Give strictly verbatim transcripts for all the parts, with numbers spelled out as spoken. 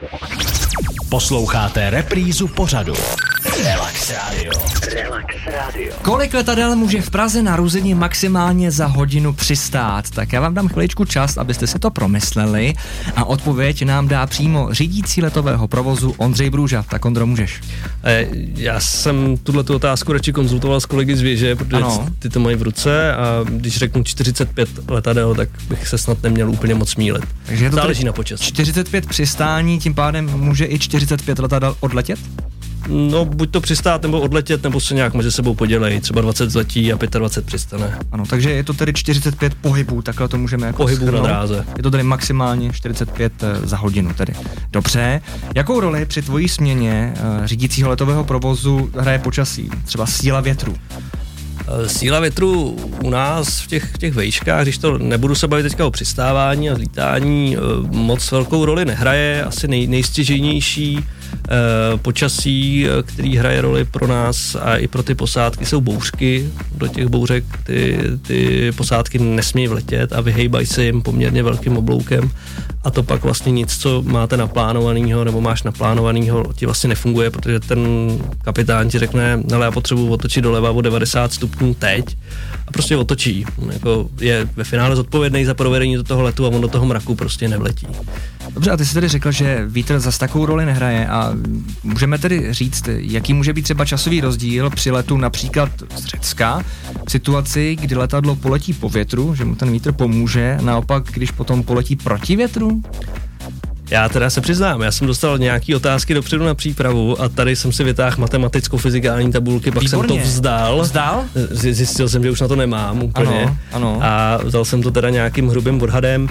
Posloucháte reprízu pořadu Relax Radio. Relax Radio. Kolik letadel může v Praze na Ruzyni maximálně za hodinu přistát? Tak já vám dám chviličku čas, abyste si to promysleli a odpověď nám dá přímo řídící letového provozu Ondřej Brůža. Tak Ondro, můžeš. E, já jsem tuhletu otázku radši konzultoval s kolegy z věže, protože ano. Ty to mají v ruce a když řeknu čtyřicet pět letadel, tak bych se snad neměl úplně moc mílit. Takže to záleží na počasí. čtyřicet pět přistání, tím pádem může i čtyřicet pět letadel odletět? No, buď to přistát, nebo odletět, nebo se nějak mezi sebou podělej. Třeba dvacet zletí a dvacet pět přistane. Ano, takže je to tedy čtyřicet pět pohybů, takhle to můžeme jako pohybů shrnout. Na dráze. Je to tedy maximálně čtyřicet pět za hodinu tedy. Dobře. Jakou roli při tvojí směně uh, řídícího letového provozu hraje počasí? Třeba síla větru? Síla větru u nás v těch, v těch vejškách, když to nebudu se bavit teďka o přistávání a zlítání, moc velkou roli nehraje. Asi nej, nejstěžejnější eh, počasí, který hraje roli pro nás a i pro ty posádky, jsou bouřky. Do těch bouřek ty, ty posádky nesmějí vletět a vyhejbají se jim poměrně velkým obloukem. A to pak vlastně nic, co máte naplánovanýho nebo máš naplánovanýho, ti vlastně nefunguje, protože ten kapitán ti řekne, ale já potřebuji otočit doleva o devadesát stupňů teď a prostě otočí. Jako je ve finále zodpovědný za provedení do toho letu a on do toho mraku prostě nevletí. Dobře, a ty jsi tedy řekl, že vítr zas takovou roli nehraje a můžeme tedy říct, jaký může být třeba časový rozdíl při letu například z Řecka v situaci, kdy letadlo poletí po větru, že mu ten vítr pomůže, naopak, když potom poletí proti větru? Já teda se přiznám, já jsem dostal nějaký otázky dopředu na přípravu a tady jsem si vytáhl matematicko-fyzikální tabulky, pak Výborně. jsem to vzdal. Vzdal? Zjistil jsem, že už na to nemám úplně. Ano, ano. A vzal jsem to teda nějakým hrubým odhadem.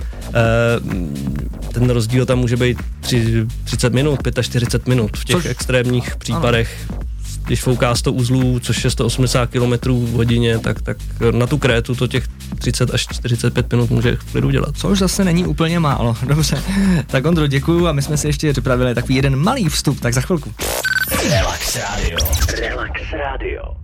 Ten rozdíl tam může být třicet minut, čtyřicet pět minut v těch Což? extrémních případech. Ano. Když fouká sto uzlů, což je sto osmdesát kilometrů v hodině, tak, tak na tu Krétu to těch třicet až čtyřicet pět minut může v klidu dělat. Což zase není úplně málo. Dobře. Tak Ondro, děkuju a my jsme si ještě připravili takový jeden malý vstup, tak za chvilku. Relax Radio. Relax Radio.